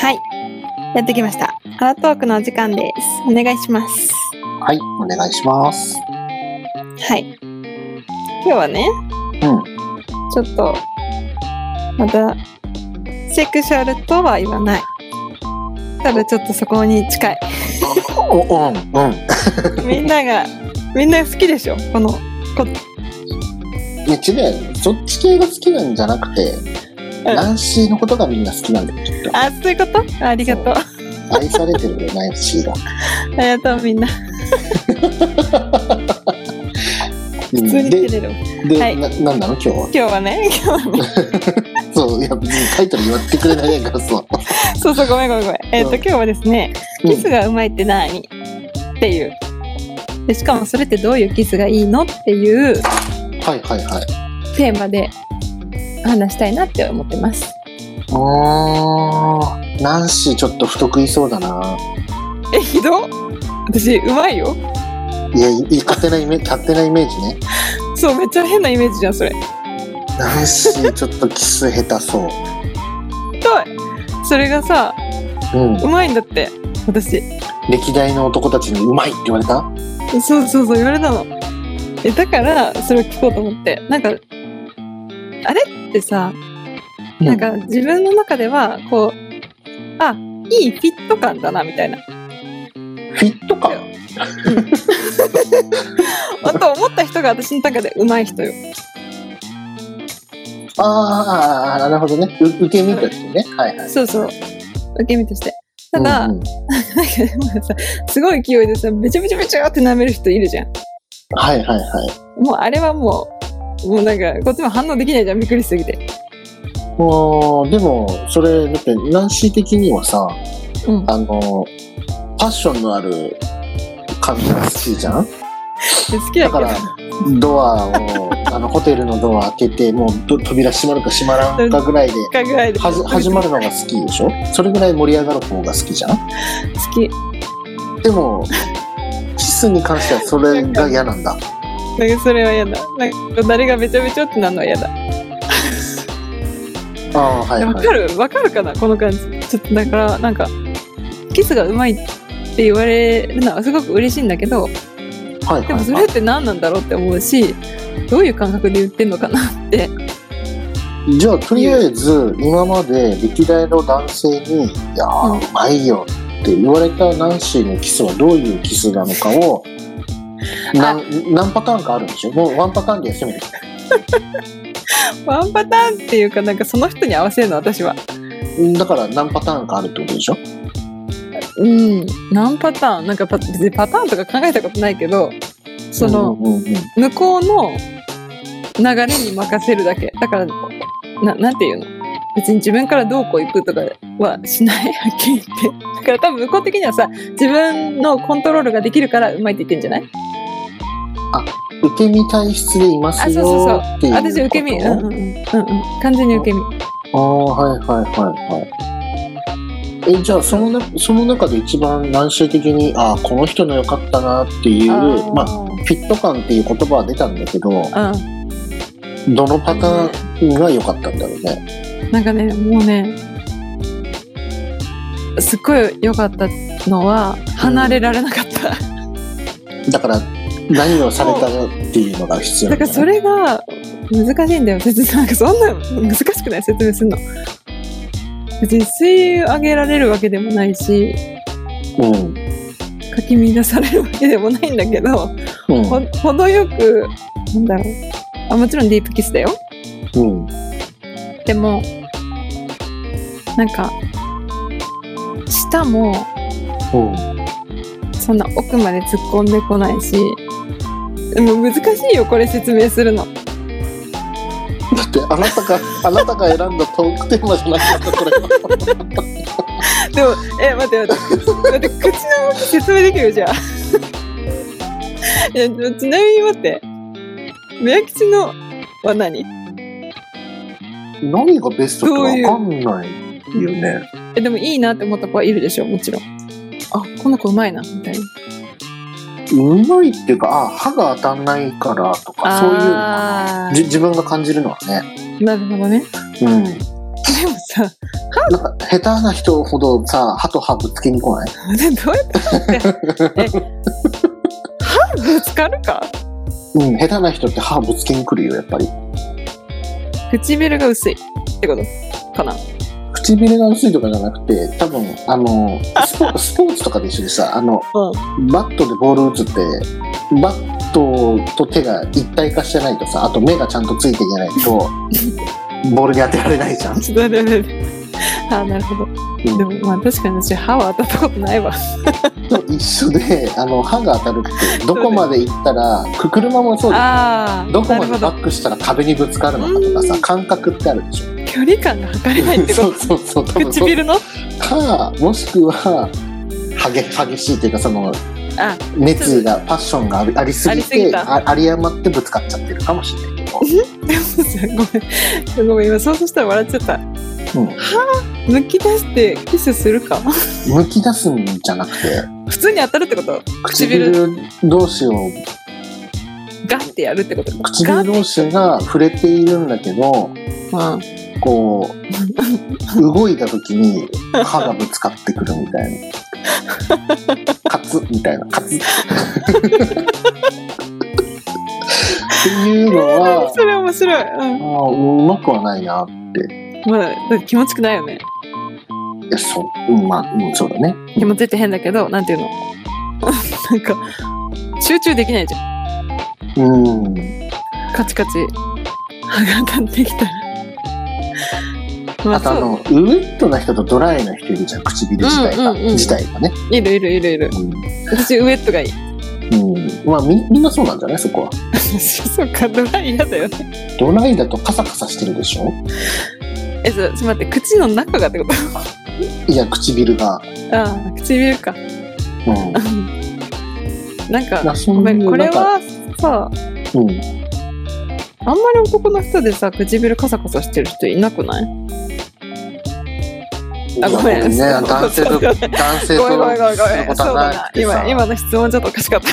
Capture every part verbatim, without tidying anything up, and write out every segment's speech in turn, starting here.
はい、やってきました。アラトークのお時間です。お願いします。 はい、お願いします。 はい。今日はね、 うん、 ちょっとまたセクシュアルとは言わない。ただちょっとそこに近い。 お、うん、うん。 みんながみんな好きでしょ、このこ。 いや違う、そっち系が好きなんじゃなくて、うん、ナンシーのことがみんな好きなんだよきっと。 あ、そういうこと？ありがとう。 愛されてるよナンシーが。 ありがとうみんな。普通に照れる。 で、 はい、 な、なんなの今日は。 今日はね、今日はね。 そう、いや別にタイトル言ってくれないからさ。 そうそう、ごめんごめんごめん。えっと、今日はですね、キスがうまいって何？っていう。で、しかもそれってどういうキスがいいのっていう。 はいはいはい。 テーマで話したいなって思ってます。 あー、ナンシーちょっと不得意そうだな。 え、ひどっ。私うまいよ。 いや、勝手なイメージ、勝手なイメージね。 そう、めっちゃ変なイメージじゃんそれ。 ナンシーちょっとキス下手そう。 ひどい。それがさ、うん、うまいんだって私。 歴代の男たちにうまいって言われた？ そうそうそう言われたの。え、だからそれを聞こうと思って、なんかあれってさ、うん、なんか自分の中ではこう、あ、いいフィット感だなみたいな。 フィット感？ あと思った人が私の中で上手い人よ。 ああ、なるほどね。受け身としてね。はいはい。 そうそう。受け身として。ただ、うんうん、なんかでもさ、すごい勢いでさ、べちゃべちゃべちゃって舐める人いるじゃん。 はいはいはい。 もうあれはもう、もうなんかこっちも反応できないじゃん、びっくりしすぎて。 もうでもそれだってナンシー的にはさ、うん、あのパッションのある感じが好きじゃん。 好きだけど。 だからドアをあのホテルのドア開けてもう扉閉まるか閉まらんかぐらいではじ始まるのが好きでしょ。それぐらい盛り上がる方が好きじゃん。 好き。 でもキスに関してはそれが嫌なんだ。 なんかそれは嫌だ。なんか誰がべちゃべちゃってなるのは嫌だ。 ああ、はいはい。 わかるわかるかなこの感じ。ちょっとだからなんかキスがうまいって言われるのはすごく嬉しいんだけど、はいはいはい、でもそれって何なんだろうって思うし、どういう感覚で言ってんのかなって。 じゃあとりあえず今まで歴代の男性にいやー、うん、うまいよって言われたナンシーのキスはどういうキスなのかを何, 何パターンかあるんでしょ。もうワンパターンで休めてきた。 ワンパターンっていうかなんかその人に合わせるの私は。 だから何パターンかあるってことでしょ。 うん、何パターンなんか別にパターンとか考えたことないけど、その、うんうんうん、向こうの流れに任せるだけだから な, なんていうの、別に自分からどうこう行くとかはしない。はっきり言ってだから多分向こう的にはさ、自分のコントロールができるからうまいって言ってんじゃない？ あ、受け身体質でいますよっていうこと。 あ、そうそうそう。私受け身、うんうんうん、うん、完全に受け身。 ああ、はいはいはいはい。え、じゃあそのなその中で一番ナンシー的にあこの人の良かったなっていう、あ、まあフィット感っていう言葉は出たんだけど、うん、どのパターンが良かったんだろうね。 なんかね、もうね、すっごい良かったのは離れられなかった、 うん、だから何をされたのっていうのが必要なんだ、ね、 だからそれが難しいんだよ。説明なんかそんな難しくない？説明するの。別に吸い上げられるわけでもないし、うん、かき乱されるわけでもないんだけど、うん、ほ程よくなんだろう、あ、もちろんディープキスだよ、うん、でもなんか舌も、うん、そんな奥まで突っ込んでこないし、でも難しいよこれ説明するの。 だってあなたがあなたが選んだトークテーマじゃないですかこれは。 でもえ待って待って待って口の動き説明できるじゃん。いやちなみに待って、宮吉のは何？ 何がベストか分かんないよね。 えでもいいなって思った子はいるでしょ、もちろん。あ、この子うまいなみたいな。 うまいっていうか、あ、歯が当たんないからとか、そういうのかな。自分が感じるのはね。 なるほどね。 うん。 でもさ、歯なんか下手な人ほどさ、歯と歯ぶつけに来ない？ どうやってえ歯ぶつかるか？ うん、下手な人って歯ぶつけに来るよ、やっぱり。 唇が薄いってことかな？ 唇が薄いとかじゃなくて、多分あのスポ、スポーツとかで一緒でさ、あの、うん、バットでボール打つってバットと手が一体化してないとさ、あと目がちゃんとついていけないとボールに当てられないじゃん。 あ、なるほど、うん、でもまあ確かに私歯は当たったことないわと一緒で、あの歯が当たるってどこまで行ったら、車もそうです、どこまでバックしたら壁にぶつかるのかとかさ、感覚ってあるでしょ。 距離感が測れないってことそうそうそう、 唇のか、もしくは激, 激しいっていうか、そのあ熱意がパッションがあり、ありすぎてああり余ってぶつかっちゃってるかもしれないけどでもさ、ごめんごめん、今想像したら笑っちゃった、うん、歯抜き出してキスするか？ 抜き出すんじゃなくて普通に当たるってこと？ 唇同士をガッてやるってこと？ 唇同士が触れているんだけど、うんこう動いた時に歯がぶつかってくるみたいなカツみたいなカツっていうのは、 それ面白い、うん、 あうまくはないなって、 まあ、気持ちくないよね。 いやそう、まあ、うん、そうだね。 気持ちって変だけど、なんていうのなんか集中できないじゃん。うんカチカチ歯が当たってきたらまあ、あとあのウェットな人とドライな人いるじゃん、唇自体が、うんうんうん、自体がね。 いるいるいるいる、うん、私ウェットがいい。 うん、まあ み, みんなそうなんじゃないそこは。 そうか、ドライ嫌だよね。 ドライだとカサカサしてるでしょ。 え、ちょっと待って、口の中がってこと？ いや、唇が。 ああ、唇か。うん。なんかごめん、これはさ、うん、あんまり男の人でさ、唇カサカサしてる人いなくない？あ、ごめんね、 男性と男性とごめんごめんごめんごめん、そうだな、今今の質問ちょっとおかしかった。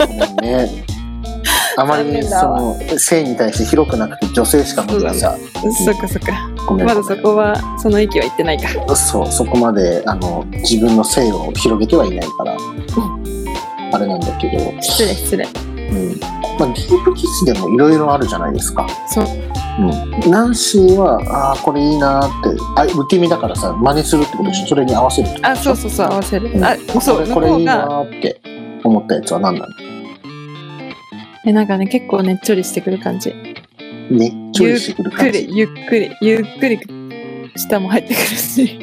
ごめんね。あまりその性に対して広くなくて女性しか無理でさ。 そっかそっか。まだそこはその域は言ってないか。 そうそこまであの自分の性を広げてはいないから、うん、あれなんだけど。 失礼失礼。 うん。まあ、ディープキスでもいろいろあるじゃないですか。 そう。 うん、ナンシーはああこれいいなって、あ受け身だからさ真似するってことでしょ、うん、それに合わせるってことでしょ。 あ、そうそうそう合わせる。うん、あ、そう、 これいいなって思ったやつは何なの？ え、なんかね、結構ねっちょりしてくる感じ。 ねっちょりしてくる感じ。 ゆっくりゆっくりゆっくり舌も入ってくるし、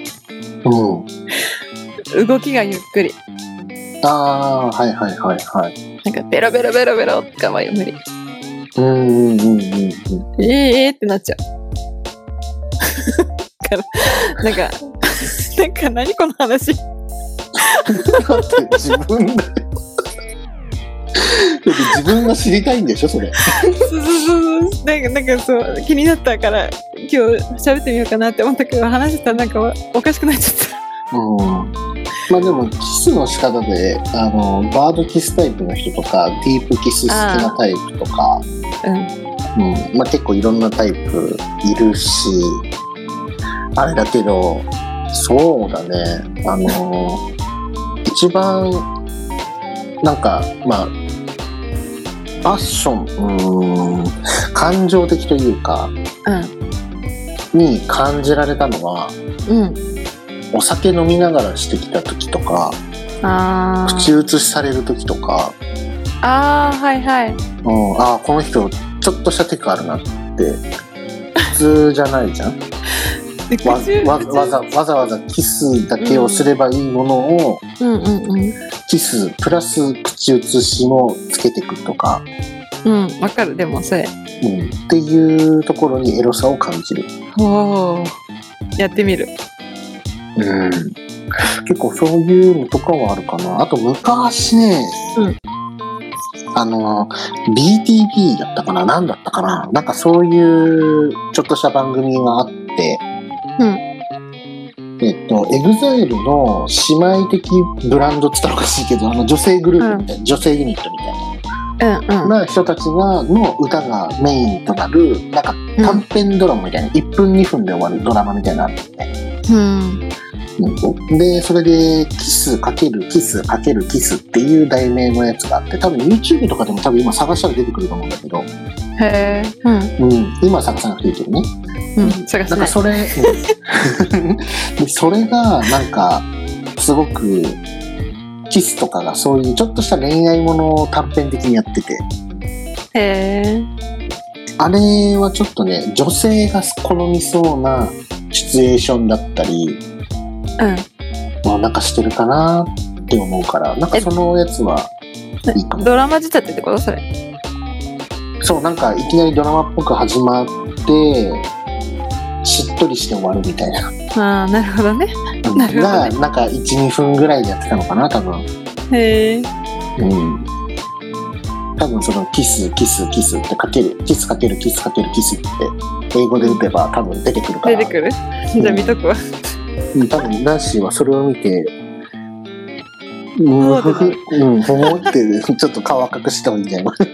うん、動きがゆっくり。 ああーはいはいはいはい。 なんかベロベロベロベロとかは無理。 うんうんうんうん。 えー、えーってなっちゃう。なんか、なんか何この話。だって自分で。だって自分が知りたいんでしょそれ。そうそうそうそう。なんかなんかそう気になったから今日喋ってみようかなって思ったけど、話してたらなんかおかしくなっちゃった。 うん。まあでもキスの仕方であのバードキスタイプの人とかディープキス好きなタイプとか、うんうんまあ、結構いろんなタイプいるし、あれだけどそうだね、あの一番なんかまあファッション、うーん感情的というか、うん、に感じられたのは、うんお酒飲みながらしてきた時とか、あ口移しされる時とか、 ああはいはい、 うん、あこの人ちょっとしたテクあるなって普通じゃないじゃん。わ, わ, わ, ざわざわざキスだけをすればいいものを、うんうんうんうん、キスプラス口移しもつけてくるとか、 うんわかる。でもそれ、 うん、っていうところにエロさを感じる。 おやってみる。 うん、結構そういうのとかはあるかな。あと昔ね、うん、あの ビーティービー だったかな、何だったかな、なんかそういうちょっとした番組があって、うん、えっと エグザイル の姉妹的ブランドって言ったらおかしいけど、あの女性グループみたいな、うん、女性ユニットみたいな、うんうん、な人たちがの歌がメインとなるなんか短編ドラマみたいな、うん、いっぷんにふんで終わるドラマみたいなのあるんで、ね。 うん。 で、それでキスかけるキスかけるキスっていう題名のやつがあって、多分 YouTube とかでも多分今探したら出てくると思うんだけど。 へー。うん。 うん。今探さなくていいけどね。 うん。探してない。 なんかそれ、でそれがなんかすごくキスとかがそういうちょっとした恋愛ものを短編的にやってて。 へー。 あれはちょっとね、女性が好みそうなシチュエーションだったり、 うん、 まあなんかしてるかなって思うから、なんかそのやつはいいかも。 ドラマ仕立てってことそれ？ そう、なんかいきなりドラマっぽく始まってしっとりして終わるみたいな。 ああ、なるほどね。 うん、なるほどね。がなんかいち、にふんぐらいでやってたのかな多分。 へえ。 うん。多分そのキスキスキスってかけるキスかけるキスかけるキスって英語で打てば多分出てくるから。 出てくる？じゃあ見とくわ。 多分ナンシーはそれを見て、うん、ふふ、うん、ほもってちょっと顔赤くした方がいいんじゃない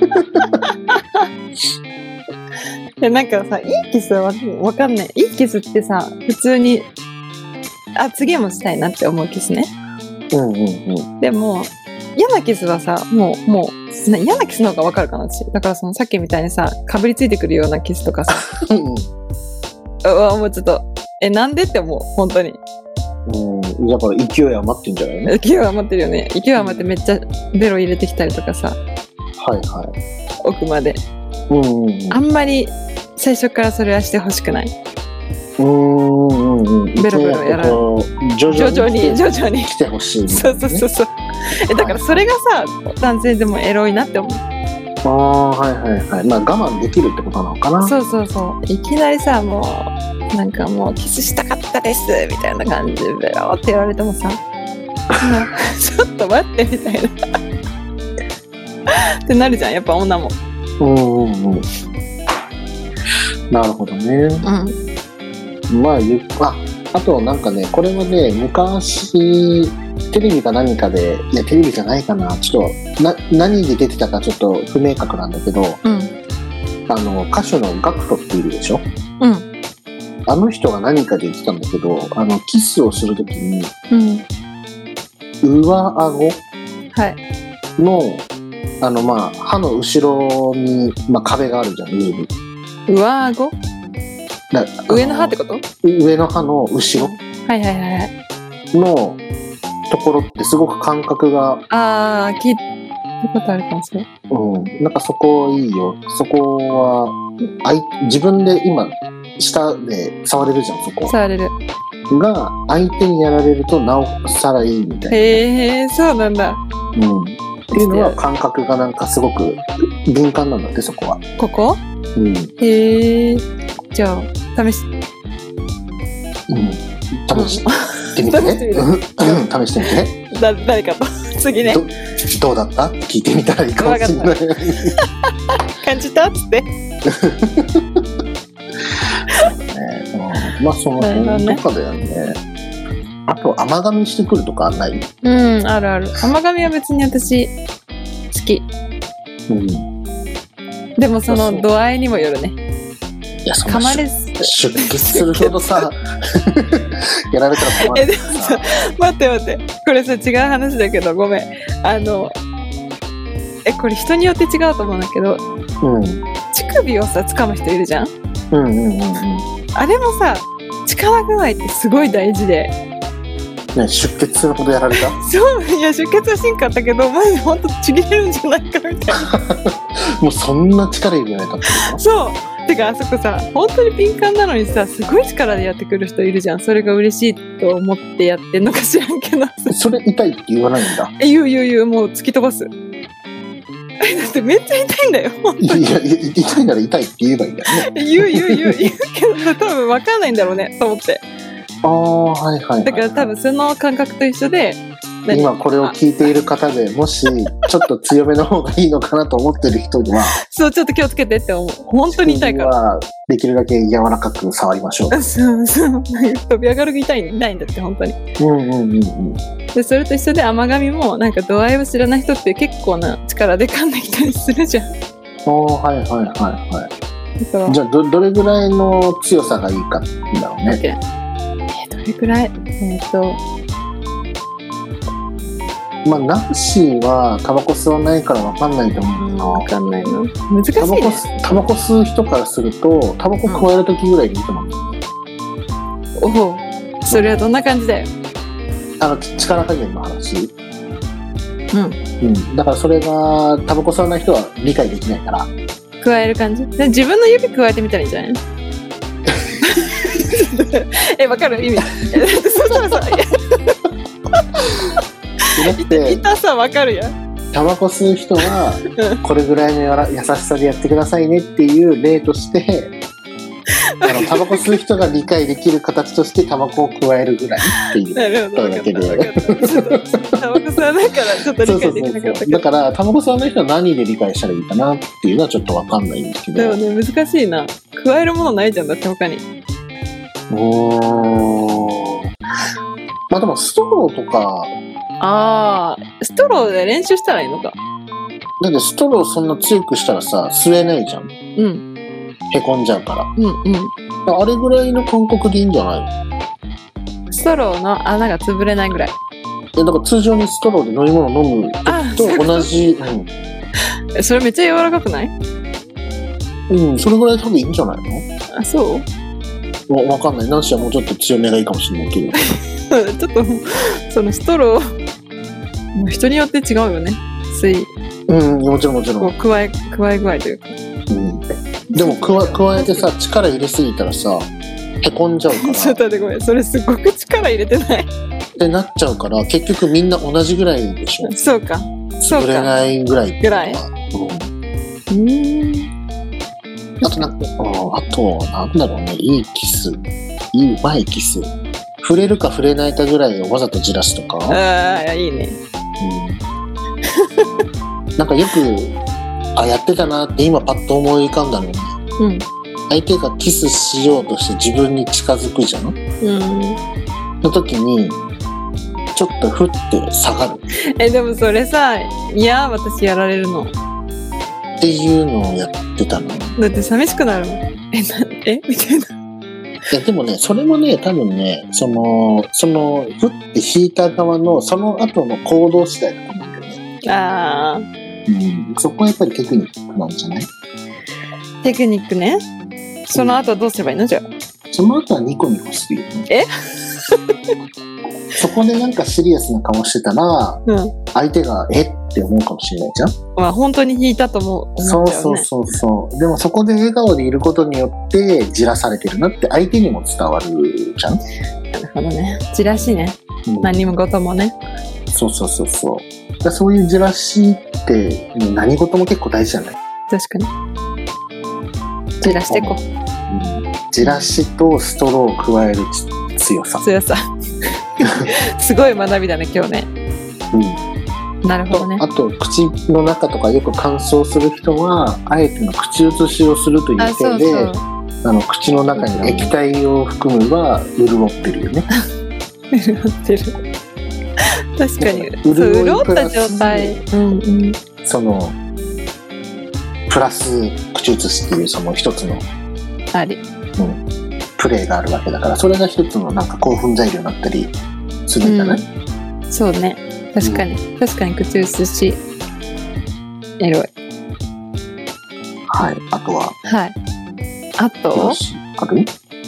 の？なんかさ、いいキスはわかんない。いいキスってさ、普通にあ次もしたいなって思うキスね。 うんうんうん。 でも嫌なキスはさ、もうもう嫌なキスの方がわかるかな私。だからそのさっきみたいにさ、かぶりついてくるようなキスとかさ、うん、うわもうちょっと。え、なんでって思う、本当に。 うん、だから勢い余ってんじゃないの？ 勢い余ってるよね。勢い余ってめっちゃベロ入れてきたりとかさ。 はいはい。 奥まで。 うんうんうん。 あんまり最初からそれはしてほしくない。 うんうんうん。 ベロベロやら徐々に徐々に来てほしい、ね。 そうそうそうそう。え、だからそれがさ、男性でもエロいなって思う。 ああ、はいはいはい。まあ我慢できるってことなのかな。 そうそうそう。いきなりさ、もうなんかもうキスしたかったですみたいな感じでベロって言われてもさ、ちょっと待ってみたいなってなるじゃん、やっぱ女も。 うんうんうん。なるほどね。 うん。 まあゆああとなんかね、これはね、昔テレビか何かで、いやテレビじゃないかな、ちょっとな何で出てたかちょっと不明確なんだけど、 うん、あの歌手のガクトっているでしょ。 うん。 あの人が何かで言ってたんだけど、あのキスをするときに、うん、上顎の、はい、あのまあ歯の後ろに、まあ、壁があるじゃん、上に。 上顎？だ上の歯ってこと？ 上の歯の後ろ、 はいはいはいのところってすごく感覚が、 ああ聞いたことあるかもしれない。 うん、なんかそこいいよ。そこはあい自分で今下で触れるじゃん、そこ。 触れる。 が相手にやられるとなおさらいいみたいな。 へえ、そうなんだ。 うん。っていうのは感覚がなんかすごく敏感なんだって、そこは。 ここ？ うん。 へえ。じゃあ試し。 うん。試してみてね。試してみてね。 だ誰かと次ね。 ど, どうだった？聞いてみたらいいかもしれない。 感じたっつって。 まあその辺とかだよね。あと甘噛みしてくるとかない？ うん、あるある。甘噛みは別に私好き。 うん。 でもその度合いにもよるね。 いや、その噛まれ出血するほどさやられたら困る。 えでもさ、待って待って、これさ違う話だけどごめん。あのえこれ人によって違うと思うんだけど、 うん、 乳首をさ掴む人いるじゃん。 うんうんうんうん。 あれもさ、力具合ってすごい大事で、 ね、出血するほどやられた？ そう、いや出血はしんかったけど、マジでほんとちぎれるんじゃないかみたいなもうそんな力入れないかってこと？ そうてかあそこさ、本当に敏感なのにさ、すごい力でやってくる人いるじゃん。それが嬉しいと思ってやってんのか知らんけどそれ痛いって言わないんだ。 え、言う言う言う、もう突き飛ばす。だってめっちゃ痛いんだよ。 いやいや、痛いなら痛いって言えばいいんだよね。 言う言う言う言うけど多分分かんないんだろうねと思って。 ああ、はいはいはい、はい。 だから多分その感覚と一緒で、 今これを聞いている方でもしちょっと強めの方がいいのかなと思ってる人にはそうちょっと気をつけてって思う。本当に痛いから。 できるだけ柔らかく触りましょう。 そうそう飛び上がる痛い痛いんだって本当に。 うんうんうんうん。でそれと一緒で甘噛みもなんか度合いを知らない人って結構な力で噛んできたりするじゃん。 おーはいはいはいはい。じゃあ ど, どれぐらいの強さがいいかだろうね。 えどれれくらいえっとまあナンシーはタバコ吸わないから分かんないと思うけど、 分かんないの難しいね。 タバコ吸う人からするとタバコ加える時ぐらいでいいと思う、 うん、おお、それはどんな感じだよ。 あの力加減の話。 うん、 うん、だからそれがタバコ吸わない人は理解できないから加える感じで自分の指加えてみたらいいんじゃないえ、わかる意味。そしたらさだって痛さわかるやん。 タバコ吸う人はこれぐらいのやら優しさでやってくださいねっていう例としてあのタバコ吸う人が理解できる形としてタバコを加えるぐらいっていうだけでタバコ吸わないからちょっと理解できなかったけど、そうそうそうそう、 だからタバコ吸わない人は何で理解したらいいかなっていうのはちょっと分かんないんだけど。 でもね難しいな。加えるものないじゃんだって他に。 おー、まあでもストローとか。 あー、ストローで練習したらいいのか。 だってストローそんな強くしたらさ吸えないじゃん。 うん、 へこんじゃうから。 うんうん。 あれぐらいの感覚でいいんじゃないの？ ストローの穴が潰れないぐらい。 え、だから通常にストローで飲み物飲むと同じ。 うん、それめっちゃ柔らかくない？ うん、それぐらい多分いいんじゃないの？ あ、そう？ わ、わかんない。ナンシーはもうちょっと強めがいいかもしれないけど。 ちょっとそのストローもう人によって違うよね。吸い。 うん、もちろんもちろん。 こう加え加え具合というか。 うん。でも加え加えてさ力入れすぎたらさへこんじゃうから。 ちょっと待ってごめん。それすごく力入れてない。 ってなっちゃうから結局みんな同じぐらいでしょ。 そうか。そうか。 潰れないぐらいぐらい。 うん。 うん。 あとなんかあとなんだろうね、いいキス、いいうまいキス。触れるか触れないかぐらいをわざとじらすとか。 ああ、いいね。 うん、なんかよくあやってたなって今パッと思い浮かんだのに、うん、相手がキスしようとして自分に近づくじゃん、うん、の時にちょっとふって下がる。 えでもそれさ、いや私やられるのっていうのをやってたの。 だって寂しくなるもん。えなえみたいな。 いやでもねそれもね多分ねそのそのふって引いた側のその後の行動次第だと思うんだよね。ああ、うん、そこはやっぱりテクニックなんじゃない？ テクニックね。その後どうすればいいの？じゃあその後はニコニコするよね。 えそこでなんかシリアスな顔してたら、うん、相手がえって思うかもしれないじゃん。 まあ本当に引いたと思う、思っちゃうね。 そうそうそうそう。でもそこで笑顔でいることによってじらされてるなって相手にも伝わるじゃん。 なるほどね。じらしね、うん、何事もね。 そうそうそうそう。だそういうじらしって何事も結構大事じゃない？ 確かに。じらしていこう、 うん、じらしとストローを加える強さ強さすごい学びだね今日ね。うん、なるほどね。 あと口の中とかよく乾燥する人はあえての口移しをするという点で、ああの口の中に液体を含めば潤ってるよね。 潤ってる確かに潤った状態、うんうん、 そのプラス口移しっていうその一つのあり、 うん、プレーがあるわけだから、それが一つのなんか興奮材料になったりするんじゃない？ うん、そうね、確かに、うん、確かに口移しエロい。 はい、あとははいあとある？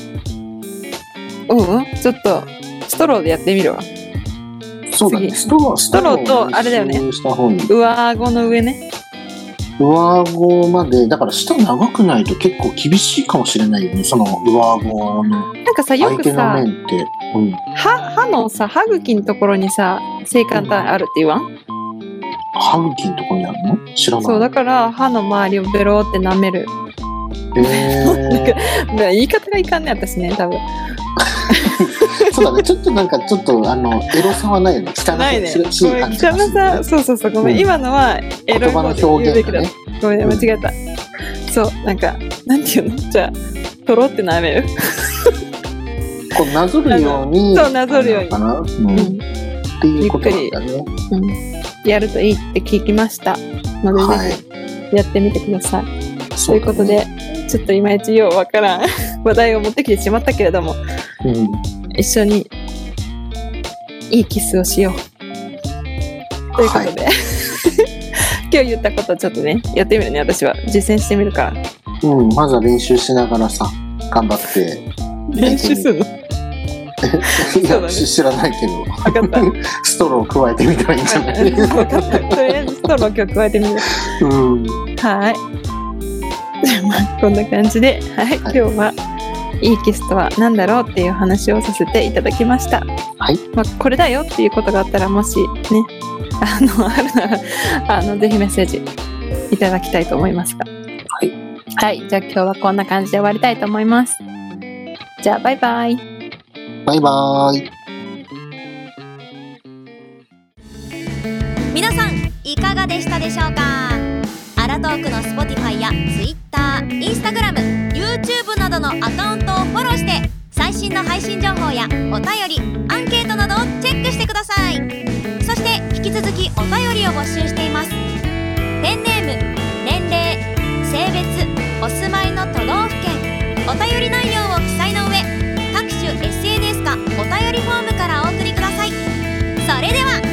うんちょっとストローでやってみるわ。 そうだね、ストローストローとあれだよね、上顎の上ね。 上顎までだから舌長くないと結構厳しいかもしれないよね、その上顎のなんかさよくさ相手の面って、うん、 歯, 歯のさ歯茎のところにさ性感帯あるって言わん？ 歯茎のところにあるの？知らない。 そうだから歯の周りをベローって舐める。えー、言い方がいかんね私ね多分そうだね、ちょっとなんかちょっとあのエロさはないよね。汚ないね。汚さ、そうそうそうごめん、うん、今のはエロい方で言うべきだった、ね、ごめん間違えた、うん、そうなんかなんていうのじゃあとろって舐めるこうなぞるようにそうなぞるようにかな、うん、 っていうことなんだね、 うん、やるといいって聞きましたので、はい、ぜひやってみてください、ね、ということでちょっといまいちようわからん話題を持ってきてしまったけれども、うん、 一緒にいいキスをしようということで、はい、今日言ったことちょっとねやってみるね。私は実践してみるから。 うん、まずは練習しながらさ頑張って練習するのいや、ね、知らないけど分かったストロー加えてみたらいいんじゃない分かったとりあえずストロー今日加えてみる、うん、はいまあこんな感じで、はいはい、今日はいいキスとは何だろうっていう話をさせていただきました。 はい、 まあ、これだよっていうことがあったらもしねあのあるならあのぜひメッセージいただきたいと思いますが、 はい、 はい、じゃあ今日はこんな感じで終わりたいと思います。じゃあバイバイ。 バイバイ。 皆さんいかがでしたでしょうか。アラトークの Spotify や Twitter、Instagram、YouTube などのアカウントをフォローして最新の配信情報やお便り、アンケートなどをチェックしてください。そして引き続きお便りを募集しています。ペンネーム、年齢、性別、お住まいの都道府県、お便り内容を記載の上、各種 エスエヌエス かお便りフォームからお送りください。それでは